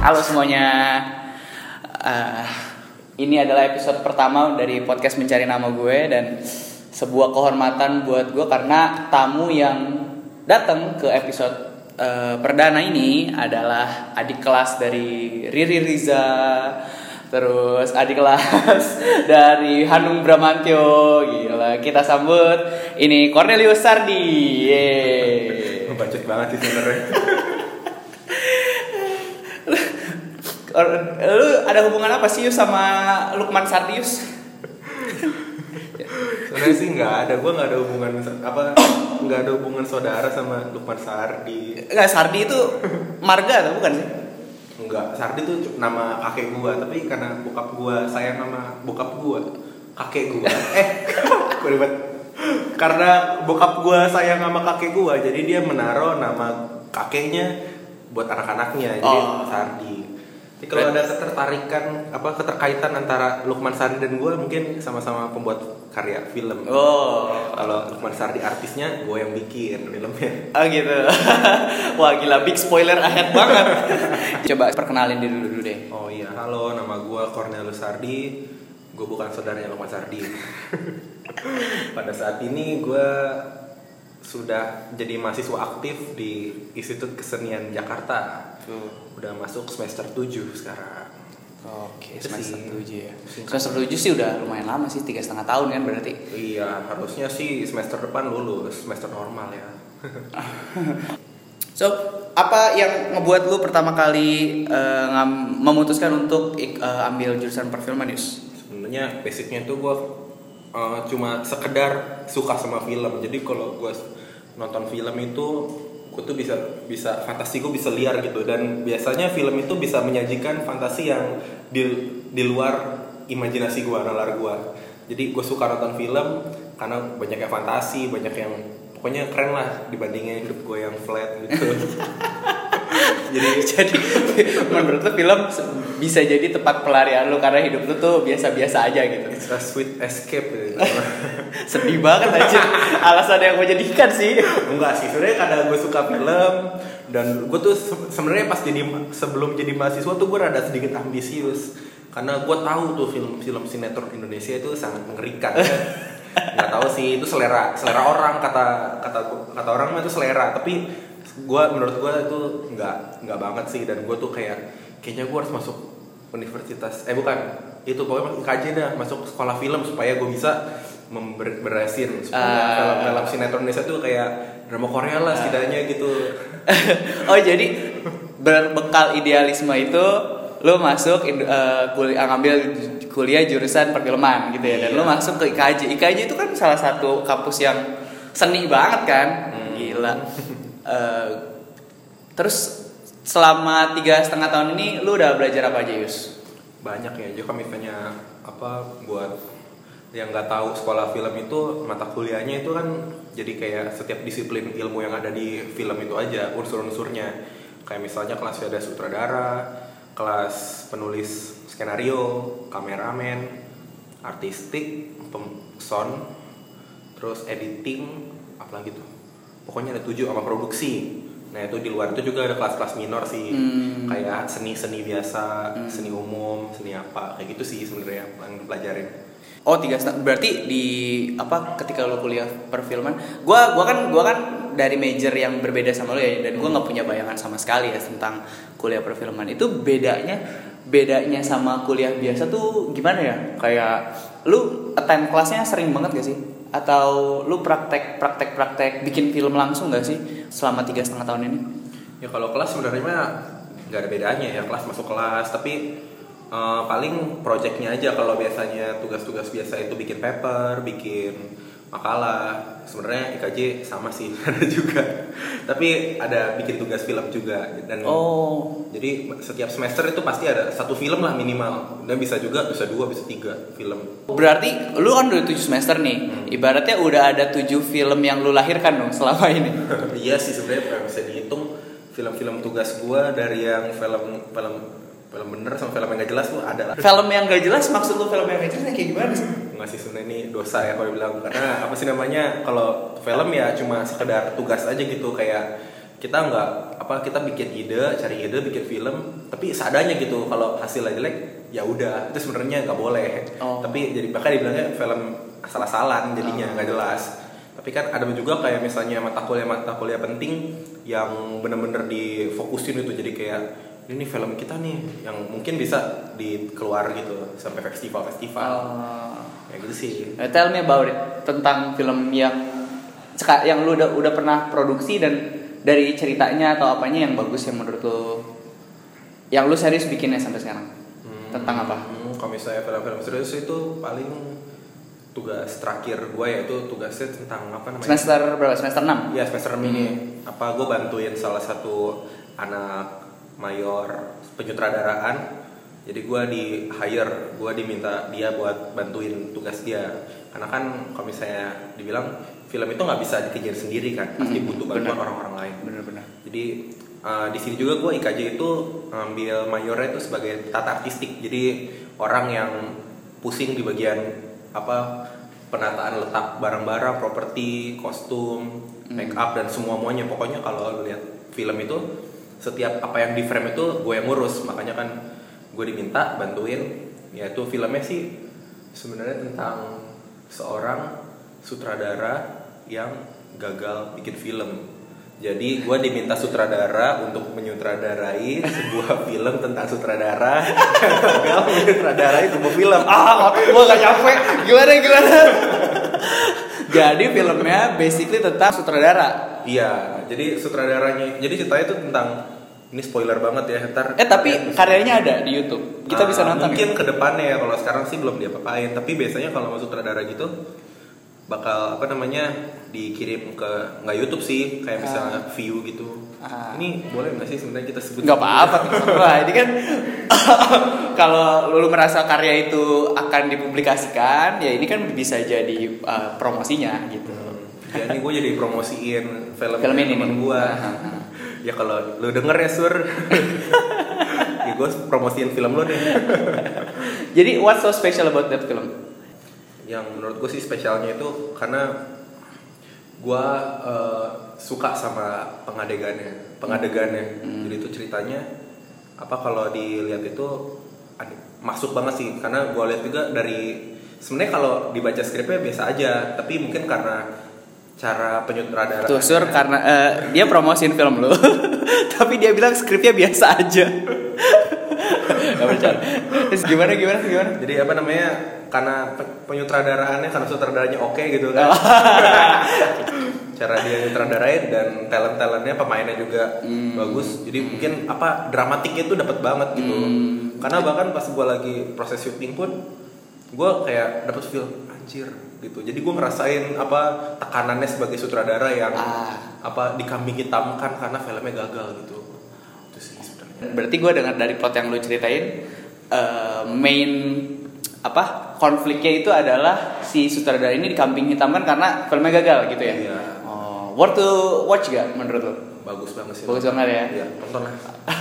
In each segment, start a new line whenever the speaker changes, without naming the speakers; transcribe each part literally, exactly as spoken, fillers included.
Halo semuanya, uh, ini adalah episode pertama dari podcast Mencari Nama gue. Dan sebuah kehormatan buat gue karena tamu yang datang ke episode uh, perdana ini adalah adik kelas dari Riri Riza, terus adik kelas dari Hanung Bramantyo. Gila, kita sambut ini Cornelius Sardi. Yeay.
Bacot banget sih sebenarnya.
Lu ada hubungan apa sih Yus sama Lukman Sardius?
Sebenarnya sih nggak ada, gue nggak ada hubungan apa, nggak ada hubungan saudara sama Lukman Sardi.
Nggak, Sardi itu marga atau bukan sih?
Enggak, Sardi itu nama kakek gue, tapi karena bokap gue sayang sama bokap gue, kakek gue. eh, gue ribet. Karena bokap gue sayang sama kakek gue, jadi dia menaruh nama kakeknya buat anak-anaknya, jadi
oh.
Sardi. Jadi kalau ada ketertarikan, apa keterkaitan antara Lukman Sardi dan gue, mungkin sama-sama pembuat karya film.
Oh.
Kalau Lukman Sardi artisnya, gue yang bikin filmnya.
Oh gitu. Wah gila, big spoiler ahead banget. Coba perkenalin diri dulu deh.
Oh iya, halo, nama gue Cornelius Sardi. Gue bukan saudaranya Lukman Sardi. Pada saat ini gue sudah jadi mahasiswa aktif di Institut Kesenian Jakarta. Tuh. Udah masuk semester tujuh sekarang.
Oke, semester tujuh ya. Semester tujuh sih udah lumayan lama sih, tiga setengah tahun kan berarti.
Iya, harusnya sih semester depan lulus, semester normal ya.
So, apa yang ngebuat lu pertama kali uh, ngam- memutuskan untuk uh, ambil jurusan perfilman, Yus?
Sebenarnya basicnya itu gue uh, cuma sekedar suka sama film. Jadi kalau gue nonton film itu, gue tuh bisa bisa fantasi gue bisa liar gitu. Dan biasanya film itu bisa menyajikan fantasi yang di di luar imajinasi gue, nalar gue. Jadi gue suka nonton film karena banyak yang fantasi, banyak yang pokoknya keren lah dibandingin hidup gue yang flat gitu.
jadi jadi menurut lu film bisa jadi tempat pelarian lu karena hidup lu tuh biasa-biasa aja gitu.
It's a sweet escape gitu.
Sedih banget aja alasan yang gue jadikan sih.
Enggak sih, sebenarnya karena gue suka film dan gue tuh sebenarnya pas jadi sebelum jadi mahasiswa tuh gue rada sedikit ambisius karena gue tahu tuh film-film sinetron Indonesia itu sangat mengerikan. Nggak tahu sih itu selera selera orang, kata kata kata orang mah itu selera, tapi gue menurut gue itu nggak nggak banget sih. Dan gue tuh kayak kayaknya gue harus masuk universitas eh bukan itu pokoknya I K J dah, masuk sekolah film supaya gue bisa memberasin supaya uh, film-film sinetron Indonesia tuh kayak drama Korea lah setidaknya uh. gitu.
Oh jadi berbekal idealisme itu lu masuk uh, kuliah ngambil kuliah jurusan perfilman gitu ya. Dan iya. Lu masuk ke I K J. I K J itu kan salah satu kampus yang seni banget kan. Hmm. Gila. Uh, terus selama tiga setengah tahun ini lu udah belajar apa aja, Yus?
Banyak ya. Jadi kalau misalnya apa buat yang nggak tahu, sekolah film itu mata kuliahnya itu kan jadi kayak setiap disiplin ilmu yang ada di film itu aja unsur-unsurnya. Kayak misalnya kelas ada sutradara, kelas penulis skenario, kameramen, artistik, sound, terus editing, apa lagi tuh? Pokoknya ada tujuh sama produksi. Nah itu di luar itu juga ada kelas-kelas minor sih, hmm. kayak seni-seni biasa, hmm. seni umum, seni apa, kayak gitu sih sebenarnya yang dipelajarin.
Oh tiga setengah, berarti di apa ketika lo kuliah perfilman, gua gua kan gua kan dari major yang berbeda sama lo ya, dan gua nggak punya bayangan sama sekali ya tentang kuliah perfilman. Itu bedanya bedanya sama kuliah biasa tuh gimana ya? Kayak lu attend kelasnya sering banget gak sih? Atau lu praktek praktek praktek bikin film langsung gak sih selama tiga setengah tahun ini?
Ya kalau kelas sebenarnya nggak ada bedanya ya, kelas masuk kelas, tapi uh, paling projectnya aja. Kalau biasanya tugas-tugas biasa itu bikin paper, bikin makalah, sebenarnya I K J sama sih ada juga, tapi ada bikin tugas film juga. Dan
oh.
Jadi setiap semester itu pasti ada satu film lah minimal, dan bisa juga bisa dua bisa tiga film.
Berarti lu kan udah tujuh semester nih, hmm. ibaratnya udah ada tujuh film yang lu lahirkan dong selama ini.
Iya sih sebenarnya bisa dihitung film-film tugas gua, dari yang film film film bener sama film yang gak jelas tuh ada lah.
Film yang gak jelas, maksud lu film yang gak jelas kayak gimana sih?
Nggak sih, sebenarnya ini dosa ya kalau bilang, karena apa sih namanya, kalau film ya cuma sekedar tugas aja gitu, kayak kita nggak apa kita bikin ide, cari ide, bikin film, tapi seadanya gitu. Kalau hasilnya jelek, ya udah itu sebenarnya nggak boleh. Oh. Tapi jadi bahkan dibilangnya film asal-asalan jadinya nggak oh. jelas. Tapi kan ada juga kayak misalnya mata kuliah mata kuliah penting yang bener-bener difokusin itu, jadi kayak ini film kita nih yang mungkin bisa dikeluar gitu sampai festival-festival. Oh. Kayak gitu sih.
Tell me about it, tentang film yang yang lu udah udah pernah produksi dan dari ceritanya atau apanya yang bagus yang menurut lu, yang lu serius bikinnya sampai sekarang. Hmm, tentang apa?
Hmm, kalau misalnya film-film serius itu paling tugas terakhir gue ya, itu tugasnya tentang apa namanya?
Semester berapa? Semester enam?
Iya, semester enam ini. Hmm. Apa gue bantuin salah satu anak mayor penyutradaraan. Jadi gue di hire, gue diminta dia buat bantuin tugas dia. Karena kan kalau misalnya dibilang film itu nggak bisa dikejar sendiri kan, pasti butuh bantuan orang-orang lain.
Benar-benar.
Jadi uh, di sini juga gue I K J itu ngambil mayornya itu sebagai tata artistik. Jadi orang yang pusing di bagian apa penataan letak barang-barang, properti, kostum, make up dan semua muanya. Pokoknya kalau lihat film itu setiap apa yang di frame itu gue yang ngurus. Makanya kan gue diminta bantuin. Ya itu filmnya sih sebenarnya tentang seorang sutradara yang gagal bikin film. Jadi gue diminta sutradara untuk menyutradarai sebuah film tentang sutradara yang gagal menyutradarai sebuah film.
Ah, gue gak nyampe. Gimana gimana? Jadi filmnya basically tentang sutradara.
Iya, jadi sutradaranya. Jadi ceritanya itu tentang, ini spoiler banget ya ntar.
Eh tapi karyanya ada di YouTube. Kita uh, bisa nonton.
Mungkin ya? Kedepannya ya, kalau sekarang sih belum diapa-apain. Tapi biasanya kalau mau sutradara gitu bakal apa namanya dikirim ke nggak YouTube sih, kayak misalnya uh. view gitu. Uh. Ini boleh nggak sih sebenarnya kita sebut?
Nggak apa-apa terserah. Ini kan kalau lu merasa karya itu akan dipublikasikan, ya ini kan bisa jadi uh, promosinya gitu.
Hmm. Ya ini gue jadi promosiin film,
film ini
temen gue. Uh-huh. Ya kalau lu denger ya Sur, ya gue promosiin film lu nih.
Jadi what's so special about that film?
Yang menurut gue sih spesialnya itu karena gue uh, suka sama pengadegannya, pengadegannya. Hmm. Jadi itu ceritanya apa kalau dilihat itu masuk banget sih, karena gue lihat juga dari sebenarnya kalau dibaca skripnya biasa aja, tapi mungkin karena cara penyutradara
tuh Sur, karena uh, dia promosiin film lo tapi dia bilang skripnya biasa aja. Gak bercanda. Terus gimana gimana gimana?
Jadi apa namanya, karena penyutradaraannya, karena sutradaranya oke okay gitu kan. Cara dia nyutradarain dan talent-talentnya, pemainnya juga hmm. bagus. Jadi hmm. mungkin apa dramatiknya itu dapat banget gitu. Hmm. Karena bahkan pas gue lagi proses syuting pun gue kayak dapet feel anjir gitu. Jadi gue ngerasain apa tekanannya sebagai sutradara yang ah. apa dikambing hitamkan karena filmnya gagal gitu. Itu sih sebenarnya.
Berarti gue dengar dari plot yang lu ceritain, uh, main apa konfliknya itu adalah si sutradara ini dikambing hitamkan karena filmnya gagal gitu ya.
Iya.
Oh, worth to watch gak menurut lu?
Bagus banget sih.
Bagus banget ya.
Iya, tonton lah.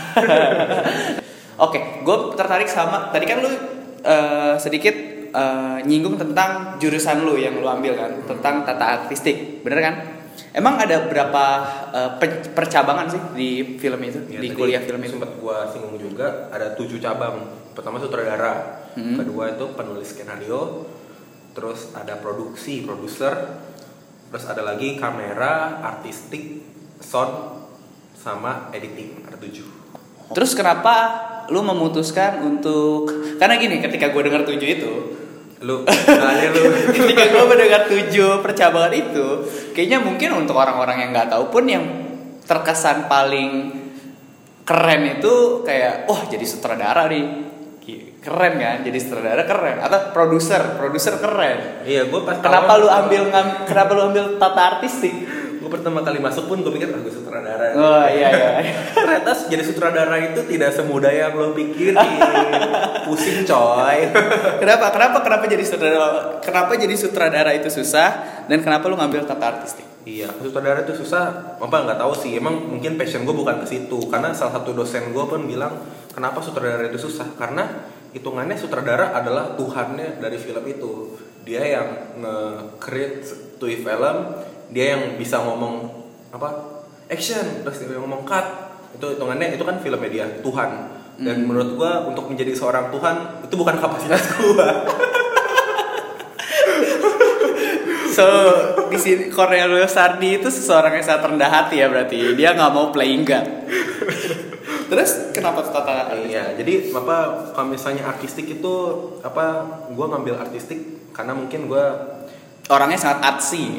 Oke, okay, gue tertarik sama tadi kan lu uh, sedikit Uh, nyinggung tentang jurusan lu yang lu ambil kan, tentang tata artistik, bener kan? Emang ada berapa uh, percabangan sih di film itu, ya, di kuliah film itu?
Sempat gua singgung juga, ada tujuh cabang. Pertama sutradara, hmm. kedua itu penulis skenario, terus ada produksi, produser, terus ada lagi kamera, artistik, sound, sama editing, ada tujuh.
Terus kenapa lu memutuskan untuk, karena gini, ketika gue dengar tujuh itu,
lu, nah, lu.
ketika gue mendengar tujuh percabangan itu, kayaknya mungkin untuk orang-orang yang nggak tahu pun yang terkesan paling keren itu kayak, oh jadi sutradara nih, keren kan, jadi sutradara keren, atau produser, produser keren.
Iya, gue pas.
Kenapa lu ambil ngam, kenapa lu ambil tata artistik?
Gue pertama kali masuk pun gue pikir ah gue sutradara.
Oh iya iya.
Ternyata jadi sutradara itu tidak semudah yang lo pikirin. Pusing coy.
Kenapa? Kenapa? Kenapa jadi sutradara? Kenapa jadi sutradara itu susah? Dan kenapa lo ngambil tata artistik?
Iya, sutradara itu susah. Apa nggak tahu sih. Emang mungkin passion gue bukan ke situ. Karena salah satu dosen gue pun bilang kenapa sutradara itu susah? Karena hitungannya sutradara adalah Tuhannya dari film itu. Dia yang nge-create tuh film. Dia yang bisa ngomong apa action, terus dia ngomong cut, itu hitungannya itu kan filmnya dia Tuhan. Dan hmm. menurut gue untuk menjadi seorang Tuhan itu bukan kapasitas gue.
So di sini Cornelius Sardi itu seseorang yang sangat rendah hati ya, berarti dia nggak mau playing God. Terus kenapa tata?
Iya, jadi apa kalau misalnya artistik itu apa? Gue ngambil artistik karena mungkin gue
orangnya sangat artsy.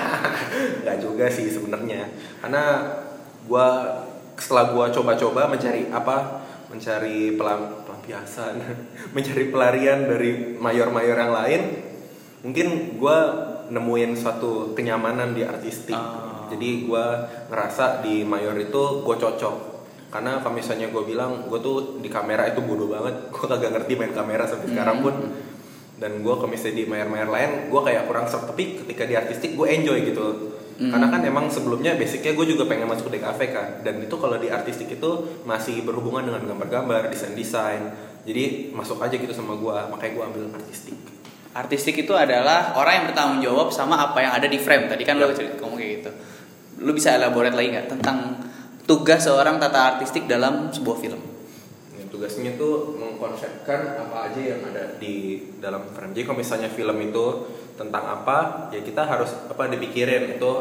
Nggak juga sih sebenarnya, karena gue setelah gue coba-coba mencari apa, mencari pelam, pelampiasan, mencari pelarian dari mayor-mayor yang lain, mungkin gue nemuin suatu kenyamanan di artistik. Oh. Jadi gue ngerasa di mayor itu gue cocok. Karena kalau misalnya gue bilang gue tuh di kamera itu bodoh banget, gue kagak ngerti main kamera sampai hmm. sekarang pun. Dan gue kalau misalnya di mayor-mayor lain gue kayak kurang serp, tapi ketika di artistik gue enjoy gitu. Hmm. Karena kan emang sebelumnya basicnya gue juga pengen masuk ke D K V kan. Dan itu kalau di artistik itu masih berhubungan dengan gambar-gambar, desain-desain. Jadi masuk aja gitu sama gue, makanya gue ambil artistik.
Artistik itu adalah orang yang bertanggung jawab sama apa yang ada di frame. Tadi kan ya. Lo cerita ngomong kayak gitu. Lo bisa elaborate lagi nggak tentang tugas seorang tata artistik dalam sebuah film?
Ya, tugasnya tuh mengkonsepkan apa aja yang ada di dalam frame. Jadi kalau misalnya film itu tentang apa, ya kita harus apa dipikirin itu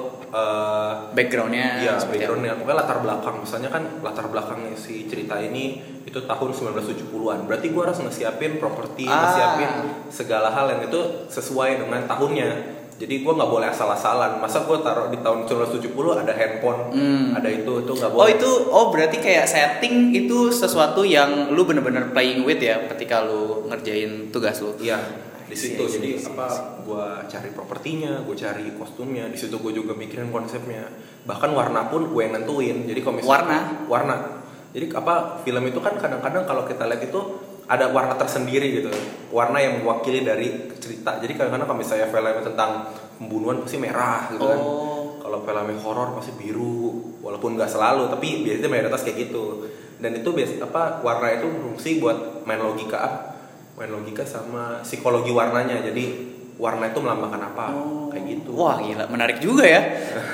uh,
backgroundnya.
Iya, backgroundnya. Pokoknya latar belakang. Misalnya kan latar belakangnya si cerita ini itu tahun sembilan belas tujuh puluhan. Berarti gue harus ngesiapin properti, ah. ngesiapin segala hal yang itu sesuai dengan tahunnya. Jadi gue nggak boleh asal-asalan. Masa gue taruh di tahun sembilan belas tujuh puluh ada handphone, hmm. ada itu itu nggak boleh.
Oh itu, oh berarti kayak setting itu sesuatu yang lu bener-bener playing with ya ketika lu ngerjain tugas lu.
Iya. Di situ yes, jadi yes, apa yes. gue cari propertinya, gue cari kostumnya, di situ gue juga mikirin konsepnya, bahkan warna pun gue yang nentuin. Jadi kalau misalnya
warna
warna jadi apa film itu kan kadang-kadang kalau kita lihat itu ada warna tersendiri gitu, warna yang mewakili dari cerita. Jadi kadang-kadang kalau misalnya film tentang pembunuhan pasti merah gitu kan, oh. kalau filmnya horor pasti biru, walaupun nggak selalu tapi biasanya mayoritas kayak gitu. Dan itu biasa apa warna itu berfungsi buat main logika main logika sama psikologi warnanya. Jadi warna itu melambangkan apa, oh. kayak gitu.
Wah gila, menarik juga ya.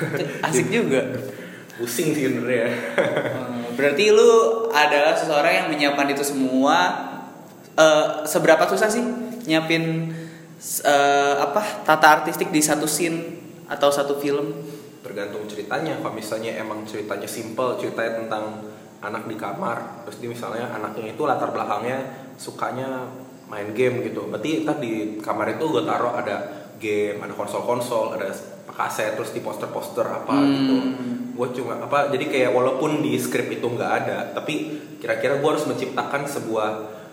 Asik juga.
Pusing sih sebenarnya.
Berarti lu adalah seseorang yang menyiapkan itu semua. Uh, seberapa susah sih nyiapin uh, apa tata artistik di satu scene atau satu film?
Tergantung ceritanya. Kalau misalnya emang ceritanya simple, ceritanya tentang anak di kamar, terus dia misalnya anaknya itu latar belakangnya sukanya main game gitu, berarti ntar di kamar itu gue taruh ada game, ada konsol-konsol, ada kaset, terus di poster-poster apa hmm. gitu. Gue cuma apa, jadi kayak walaupun di skrip itu nggak ada, tapi kira-kira gue harus menciptakan sebuah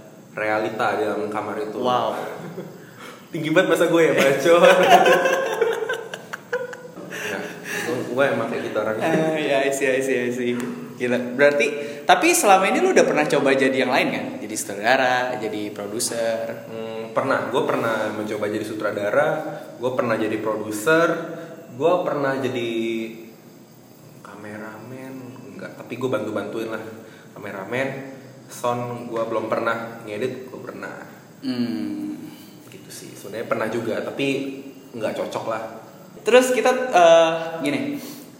realita di dalam kamar itu.
Wow.
Tinggi banget bahasa gue ya, baco. Nah, gue emang kayak gitu orangnya.
Uh, ya, isi, isi, isi. Gila. Berarti, tapi selama ini lu udah pernah coba jadi yang lain kan? Jadi sutradara, jadi produser.
Hmm, pernah. Gue pernah mencoba jadi sutradara. Gue pernah jadi produser. Gue pernah jadi kameramen. Enggak, tapi gue bantu-bantuin lah. Kameramen. Sound gue belum pernah. Ngedit gue pernah. Hmm. Gitu sih. Sebenarnya pernah juga, tapi nggak cocok lah.
Terus kita uh, gini.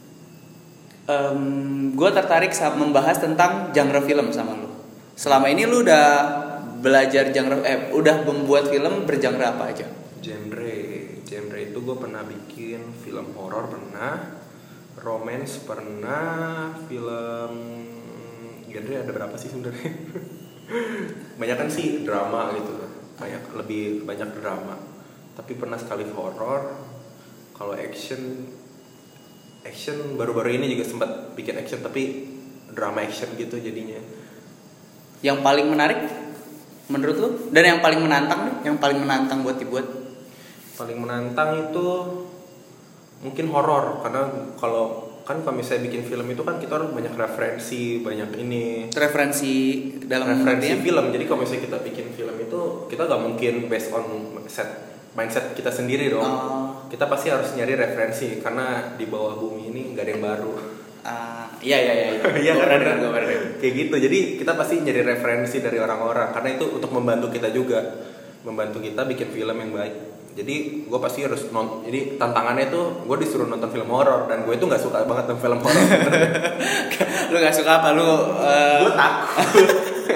Um, gue tertarik membahas tentang genre film sama lu. Selama ini lu udah belajar genre, eh udah membuat film bergenre apa aja?
Genre, genre itu gue pernah bikin film horor pernah, romance pernah, film genre ada berapa sih sebenarnya? Banyak kan sih drama gitu, banyak lebih banyak drama. Tapi pernah sekali horor. Kalau action action baru-baru ini juga sempat bikin action tapi drama action gitu jadinya.
Yang paling menarik menurut lu dan yang paling menantang nih, yang paling menantang buat dibuat?
Paling menantang itu mungkin horor, karena kalau kan kalau misalnya bikin film itu kan kita harus banyak referensi, banyak ini.
Referensi dalam
referensi film. Jadi kalau misalnya kita bikin film itu kita nggak mungkin based on set mindset kita sendiri dong. Oh. Kita pasti harus nyari referensi karena di bawah bumi ini nggak ada yang baru.
Uh, iya iya iya.
Iya kan, kayak gitu. Jadi kita pasti nyari referensi dari orang-orang karena itu untuk membantu kita juga, membantu kita bikin film yang baik Jadi gue pasti harus nonton. Jadi tantangannya tuh gue disuruh nonton film horor dan gue tuh nggak suka banget nonton film horor.
Lu nggak suka apa lu? Uh...
Gue takut.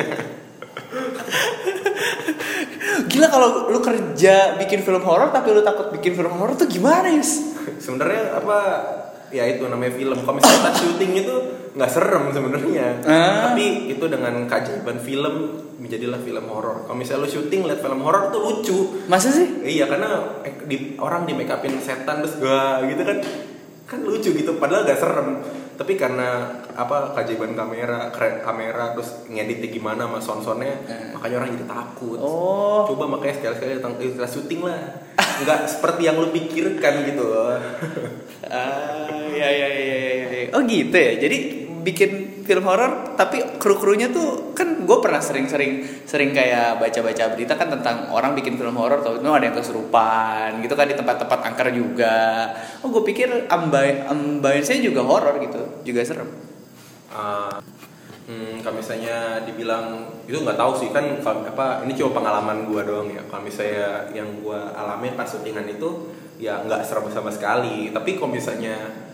Gila kalau lu kerja bikin film horor tapi lu takut bikin film horor tuh gimana, Yus?
Sebenarnya apa? Ya itu namanya film. Kalau misalnya syuting itu nggak serem sebenarnya, ah. tapi itu dengan keajaiban film menjadilah film horor. Kalau misalnya lu syuting lihat film horor tuh lucu.
Masa sih?
Iya, karena di, orang di make upin setan terus gua gitu kan, kan lucu gitu. Padahal nggak serem. Tapi karena apa keajaiban kamera, keren kamera terus ngeditnya gimana sama sound-soundnya, eh. makanya orang jadi takut.
Oh.
Coba makanya sekali-sekali datang kita syuting lah. Nggak seperti yang lu pikirkan gitu.
Ah, ya ya ya ya. Oh gitu ya. Jadi bikin film horor tapi kru-krunya tuh kan gue pernah sering-sering sering kayak baca-baca berita kan tentang orang bikin film horor tuh itu ada yang kesurupan gitu kan di tempat-tempat angker juga. Oh gue pikir ambay ambayan saya juga horor gitu, juga serem.
Uh, hmm, kalau misalnya dibilang itu nggak tahu sih kan apa ini cuma pengalaman gue doang ya. Kalau misalnya yang gue alamin pas syutingan itu ya nggak serem sama sekali. Tapi kalau misalnya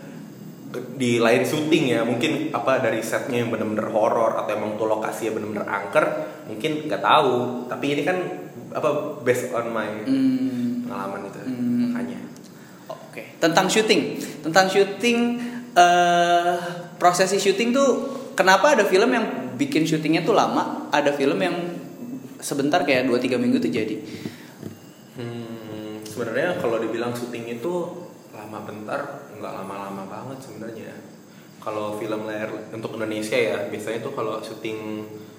di lain syuting ya mungkin apa dari setnya yang benar-benar horor atau emang tuh lokasinya benar-benar angker mungkin nggak tahu. Tapi ini kan apa based on my hmm. pengalaman itu hmm. makanya.
Oke okay. Tentang syuting, tentang syuting uh, prosesi syuting tuh kenapa ada film yang bikin syutingnya tuh lama, ada film yang sebentar kayak dua tiga minggu tuh jadi.
Hmm, sebenarnya kalau dibilang syuting itu lama bentar nggak lama-lama banget sebenarnya. Kalau film layar untuk Indonesia ya biasanya tuh kalau syuting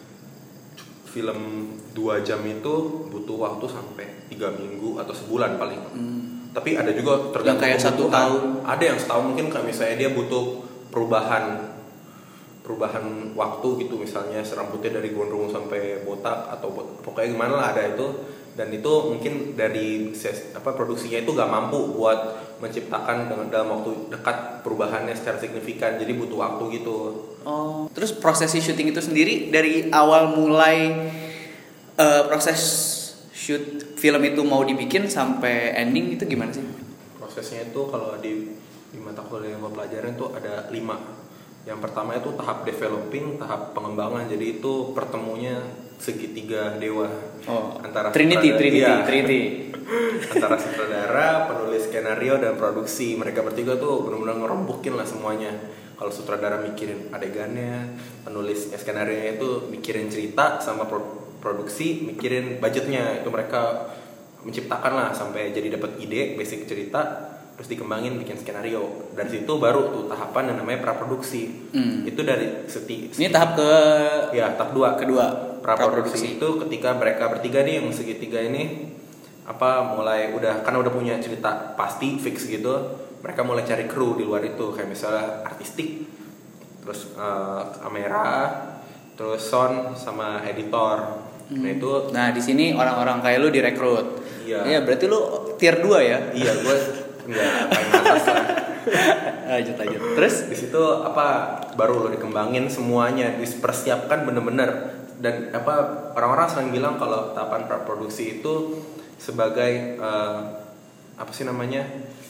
film dua jam itu butuh waktu sampai tiga minggu atau sebulan paling. Hmm. Tapi ada juga tergantung
yang kayak satu tahun.
Ada yang setahun mungkin kayak misalnya dia butuh perubahan perubahan waktu gitu, misalnya rambutnya dari gondrong sampai botak atau pokoknya gimana lah ada itu. Dan itu mungkin dari ses, apa produksinya itu gak mampu buat menciptakan dengan dalam waktu dekat perubahannya secara signifikan, jadi butuh waktu gitu.
Oh, terus prosesi syuting itu sendiri dari awal mulai uh, proses shoot film itu mau dibikin sampai ending itu gimana sih?
Prosesnya itu kalau di di mata kuliah yang gue pelajarin tuh ada lima. Yang pertama itu tahap developing, tahap pengembangan. Jadi itu pertemunya segitiga dewa.
Oh, antara Trinity, Trinity, ya, Trinity.
Antara sutradara, penulis skenario dan produksi. Mereka bertiga tuh benar-benar ngerembukin lah semuanya. Kalau sutradara mikirin adegannya, penulis skenario itu mikirin cerita, sama produksi mikirin budgetnya. Itu mereka menciptakan lah sampai jadi dapat ide, basic cerita, terus dikembangin bikin skenario. Dari situ baru tuh tahapan yang namanya praproduksi. Hmm. Itu dari seti, seti.
Ini tahap ke
ya tahap dua.
Kedua.
Praproduksi itu ketika mereka bertiga nih yang segitiga ini apa mulai udah karena udah punya cerita pasti fix gitu, mereka mulai cari kru di luar itu kayak misalnya artistik, terus uh, kamera, terus sound sama editor. Hmm. Nah itu.
Nah di sini orang-orang kayak lu direkrut.
Iya.
Iya berarti lu tier dua ya?
Iya gue nggak paling atas lah.
Lanjut lanjut. Terus
di situ apa baru lo dikembangin semuanya, dipersiapkan bener-bener. Dan apa orang-orang sering bilang kalau tahapan praproduksi itu sebagai uh, apa sih namanya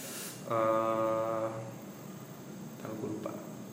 uh, aku lupa.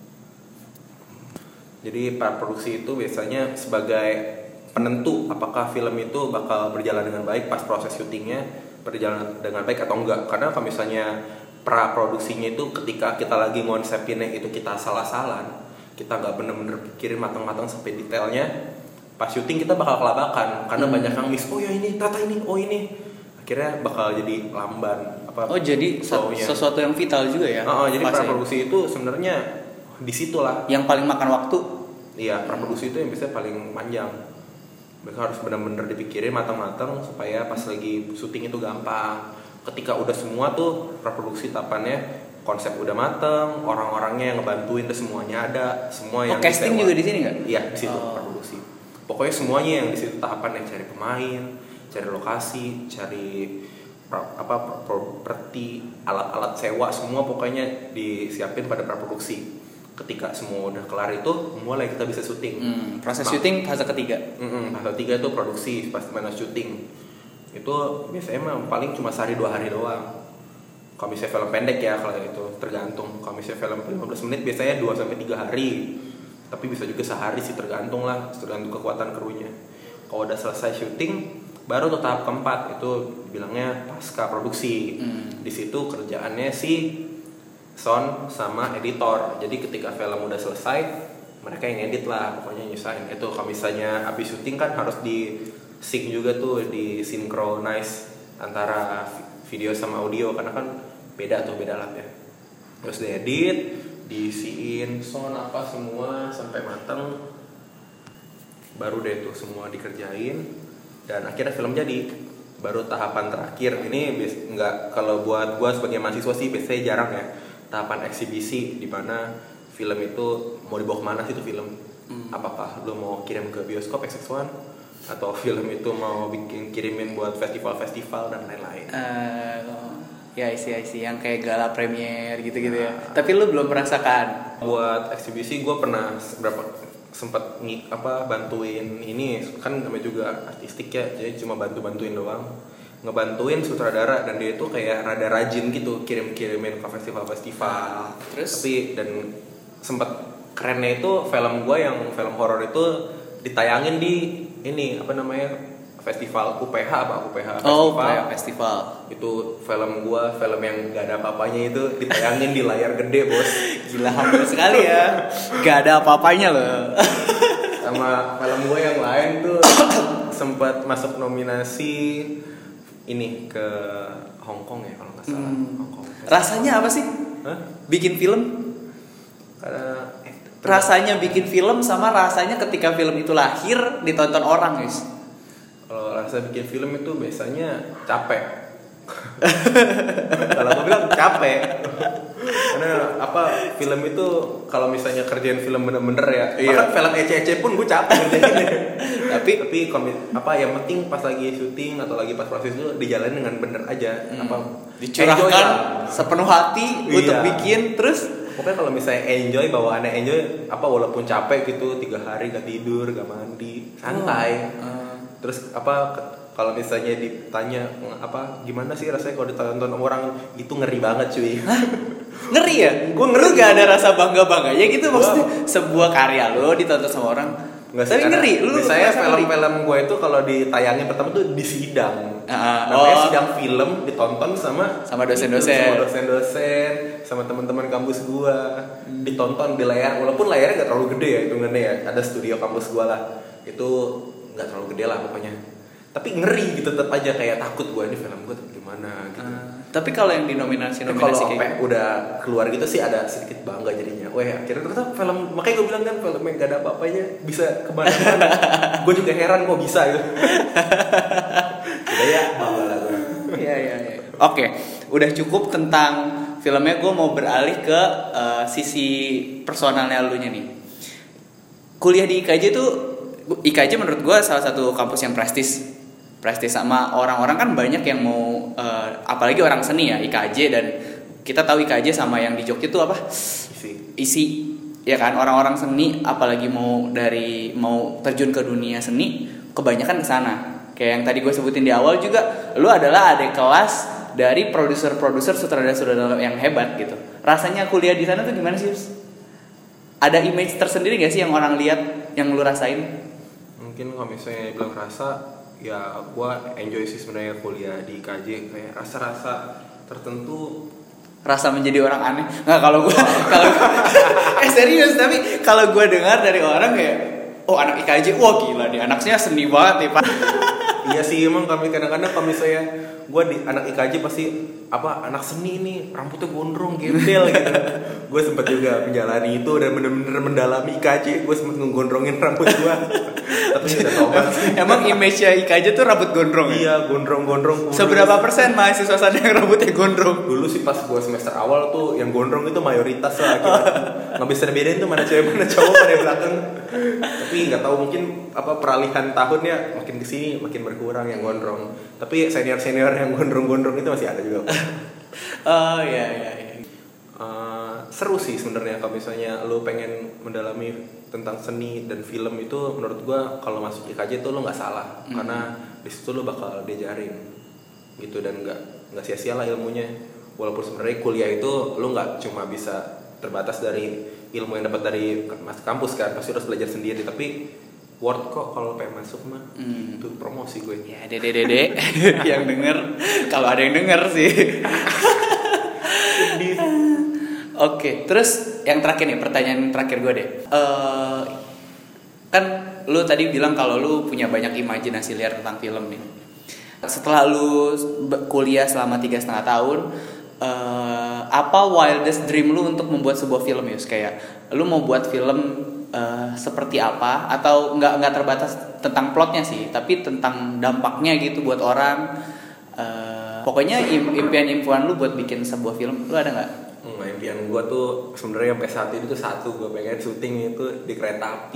Jadi praproduksi itu biasanya sebagai penentu apakah film itu bakal berjalan dengan baik pas proses syutingnya berjalan dengan baik atau enggak. Karena kalau misalnya praproduksinya itu ketika kita lagi ngonsepinnya itu kita salah-salan, kita nggak bener-bener pikirin matang-matang sampai detailnya, pas syuting kita bakal kelabakan karena hmm. banyak yang miss. Oh ya ini, tata ini, oh ini, akhirnya bakal jadi lamban. Apa?
Oh jadi flow-nya. Sesuatu yang vital juga ya?
Oh, oh jadi praproduksi itu sebenarnya disitulah.
Yang paling makan waktu?
Iya, praproduksi itu yang biasanya paling panjang. Mereka harus benar-benar dipikirin matang-matang supaya pas lagi syuting itu gampang. Ketika udah semua tuh praproduksi tahapannya, konsep udah mateng, orang-orangnya yang ngebantuin tuh semuanya ada, semua yang.
Oh casting juga di sini nggak?
Iya di situ oh. praproduksi. Pokoknya semuanya yang di situ tahapan yang cari pemain, cari lokasi, cari apa properti, alat-alat sewa, semua pokoknya disiapin pada praproduksi. Ketika semua udah kelar itu, mulai kita bisa syuting.
Hmm, proses nah, syuting fase ketiga.
Mm-mm, fase ketiga itu produksi, pas mana syuting. itu biasanya mah paling cuma sehari dua hari doang. Kalau misalnya film pendek ya, kalau itu tergantung. Kalau misalnya film lima belas menit biasanya dua sampai tiga hari. Tapi bisa juga sehari sih, tergantung lah, tergantung kekuatan krunya. Kalau udah selesai syuting, baru tuh tahap keempat, itu bilangnya pasca produksi. Hmm. Di situ kerjaannya si sound sama editor. Jadi ketika film udah selesai, mereka yang edit lah, pokoknya nyusahin. Itu kalau misalnya habis syuting kan harus di sync juga tuh, di synchronize antara video sama audio, karena kan beda tuh, beda alat ya. Terus diedit, diisiin sound apa semua sampai mateng, baru deh tuh semua dikerjain dan akhirnya film jadi. Baru tahapan terakhir ini nggak, kalau buat gua sebagai mahasiswa sih biasanya jarang ya, tahapan eksibisi di mana film itu mau dibawa kemana sih tuh film. Hmm. Apakah lu mau kirim ke bioskop X X one atau film itu mau bikin kirimin buat festival-festival dan lain-lain.
Uh, ya isi isi yang kayak gala premier gitu-gitu nah, ya. Tapi lu belum merasakan.
Buat eksibisi gue pernah berapa sempat ng- apa bantuin ini, kan namanya juga artistik ya, jadi cuma bantu-bantuin doang. Ngebantuin sutradara dan dia itu kayak rada rajin gitu kirim-kirimin ke festival-festival.
Terus?
Tapi dan sempat kerennya itu film gue yang film horor itu ditayangin di ini apa namanya festival U P H apa U P H festival.
Oh, U P H festival.
Itu film gua, film yang gak ada apa-apanya itu ditayangin di layar gede, Bos.
Gila, hampir sekali ya. Gak ada apa-apanya loh.
Sama film gua yang lain tuh sempat masuk nominasi ini ke Hong Kong ya kalau nggak salah.
Hmm.
Hong Kong.
Rasanya apa sih?
Hah?
Bikin film?
Karena eh,
rasanya bikin film sama rasanya ketika film itu lahir ditonton orang, guys.
Kalau rasa bikin film itu biasanya capek. Kalau gue bilang capek. Karena apa, film itu kalau misalnya kerjain film bener-bener ya, iya. Bahkan film ece-ece pun gue capek ngerjainnya. tapi tapi komi, apa yang penting pas lagi syuting atau lagi pas proses itu dijalanin dengan bener aja. Hmm. Apa
dicurahkan sepenuh hati iya. Untuk bikin terus.
Pokoknya kalau misalnya enjoy, bawaannya enjoy, apa walaupun capek gitu tiga hari gak tidur, gak mandi, santai. Oh. Uh. Terus apa kalau misalnya ditanya apa gimana sih rasanya kalau ditonton orang, itu ngeri banget cuy.
Hah? Ngeri ya? Gue ngeri, gak ada rasa bangga-bangganya gitu maksudnya. Sebuah karya lo ditonton sama orang. Nggak, tapi ngeri. Lu
saya film-film gue itu kalau ditayangin pertama tuh di sidang. Uh, namanya oh. Sidang film, ditonton sama
sama dosen-dosen.
Sama dosen-dosen, sama teman-teman kampus gue. Hmm. Ditonton di layar, walaupun layarnya nggak terlalu gede ya hitungannya ya. Ada studio kampus gue lah. Itu nggak terlalu gede lah pokoknya. Tapi ngeri gitu, tetap aja kayak takut gue, ini film gue gimana gitu. Uh,
tapi kalau yang dinominasi nominasi
kalau
kayak
gitu, udah keluar gitu sih ada sedikit bangga jadinya. Wah akhirnya ternyata film, makanya gue bilang kan film yang gak ada apa-apanya bisa kemana-mana. Gue juga heran kok bisa gitu. Udah ya bangga lah gue.
Iya iya. Ya. Oke, udah cukup tentang filmnya. Gue mau beralih ke uh, sisi personalnya lu nya nih. Kuliah di I K J tuh, I K J menurut gue salah satu kampus yang prestis. Prestis sama orang-orang kan banyak yang mau uh, apalagi orang seni ya I K J, dan kita tahu I K J sama yang di Jogja itu apa? Isi. Isi. Ya kan, orang-orang seni apalagi mau dari mau terjun ke dunia seni kebanyakan ke sana. Kayak yang tadi gue sebutin di awal juga, lu adalah adik kelas dari produser-produser sutradara-sutradara yang hebat gitu. Rasanya kuliah di sana tuh gimana sih? Ada image tersendiri gak sih yang orang lihat, yang lu rasain?
Mungkin kalau misalnya bilang rasa, ya gue enjoy sih sebenarnya kuliah di I K J. Kayak rasa-rasa tertentu,
rasa menjadi orang aneh. Nggak, kalau gue kalau eh serius, tapi kalau gue dengar dari orang kayak, oh anak I K J, wah gila nih anaknya seni banget nih Pak.
Iya sih emang, kami kadang-kadang kalau misalnya gue di anak I K J pasti apa anak seni nih rambutnya gondrong gembel gitu. Gue sempat juga menjalani itu dan bener-bener mendalami I K J. Gue sempat ngegondrongin rambut gue. Tapi udah tobat sih.
Emang image-nya I K J tuh rambut gondrong ya?
Iya, gondrong-gondrong.
Seberapa persen mahasiswa sana yang rambutnya gondrong?
Dulu sih pas gue semester awal tuh yang gondrong itu mayoritas lah. Nggak bisa bedain tuh mana cewek mana cowok pada belakang. Tapi nggak tahu, mungkin apa peralihan tahunnya makin kesini makin berkurang yang gondrong. Tapi senior-senior yang gondrong-gondrong itu masih ada juga.
Oh iya iya. iya.
Uh, seru sih sebenarnya kalau misalnya lo pengen mendalami tentang seni dan film itu, menurut gua kalau masuk I K J itu lo nggak salah. Hmm. Karena di situ lo bakal diajarin gitu, dan nggak nggak sia-sia lah ilmunya. Walaupun sebenarnya kuliah itu lo nggak cuma bisa terbatas dari ilmu yang dapat dari kampus kan, pasti harus belajar sendiri, tapi worth kok kalau pengen masuk mah. Hmm. Itu promosi gue.
Ya dede dede yang denger, kalau ada yang denger sih. Oke, terus yang terakhir nih, pertanyaan terakhir gue deh. Uh, kan lu tadi bilang kalau lu punya banyak imajinasi liar tentang film nih. Setelah lu kuliah selama tiga setengah tahun, uh, apa wildest dream lu untuk membuat sebuah film, Yus? Kayak lu mau buat film Uh, seperti apa, atau nggak nggak terbatas tentang plotnya sih, tapi tentang dampaknya gitu buat orang. Uh, pokoknya impian-impian lu buat bikin sebuah film, lu ada nggak?
Hmm, impian gue tuh sebenarnya sampai saat ini tuh satu, gue pengen syuting itu di kereta api.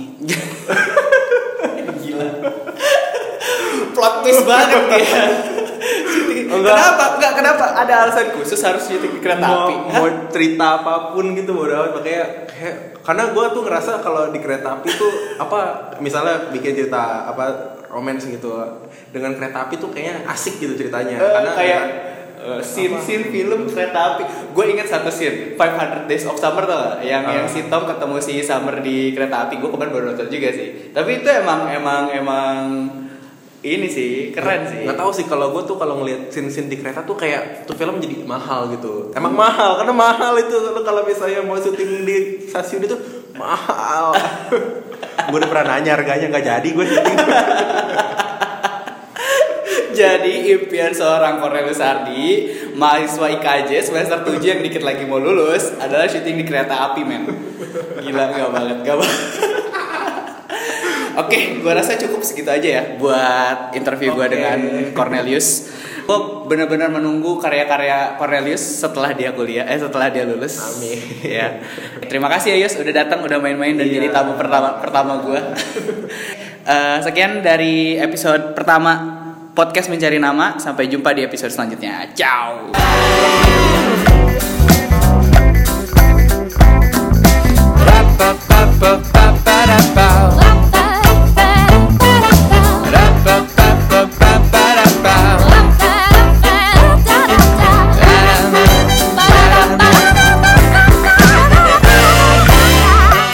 Gila. Plot twist banget ya. Kenapa? Enggak, kenapa? Ada alasan khusus harus syuting di kereta
mau,
api?
Mau cerita apapun gitu bodo amat, makanya kayak, karena gue tuh ngerasa kalau di kereta api tuh apa, misalnya bikin cerita apa romance gitu dengan kereta api tuh kayaknya asik gitu ceritanya.
Uh,
karena
kayak uh, scene-scene film kereta api. Gue inget satu scene five hundred Days of Summer tuh gak? Yang uh. yang si Tom ketemu si Summer di kereta api. Gue kemarin baru nonton juga sih. Tapi itu emang emang emang ini sih keren sih.
Nggak tahu sih, kalau gue tuh kalau ngeliat scene-scene di kereta tuh kayak tuh film jadi mahal gitu. Emang mahal karena mahal itu kalau misalnya mau syuting di stasiun itu mahal. Gue udah pernah nanya harganya, nggak jadi gue syuting.
Jadi impian seorang Cornelius Ardi, mahasiswa I K J semester tujuh yang dikit lagi mau lulus, adalah syuting di kereta api, men. Gila, gak banget, gak banget. Oke, okay, gue rasa cukup segitu aja ya buat interview gue okay. dengan Cornelius. Gue benar-benar menunggu karya-karya Cornelius setelah dia kuliah, eh setelah dia lulus.
Amin.
Ya. Terima kasih ya Yus, udah datang, udah main-main dan yeah. jadi tamu pertama pertama gue. uh, sekian dari episode pertama podcast Mencari Nama. Sampai jumpa di episode selanjutnya. Ciao.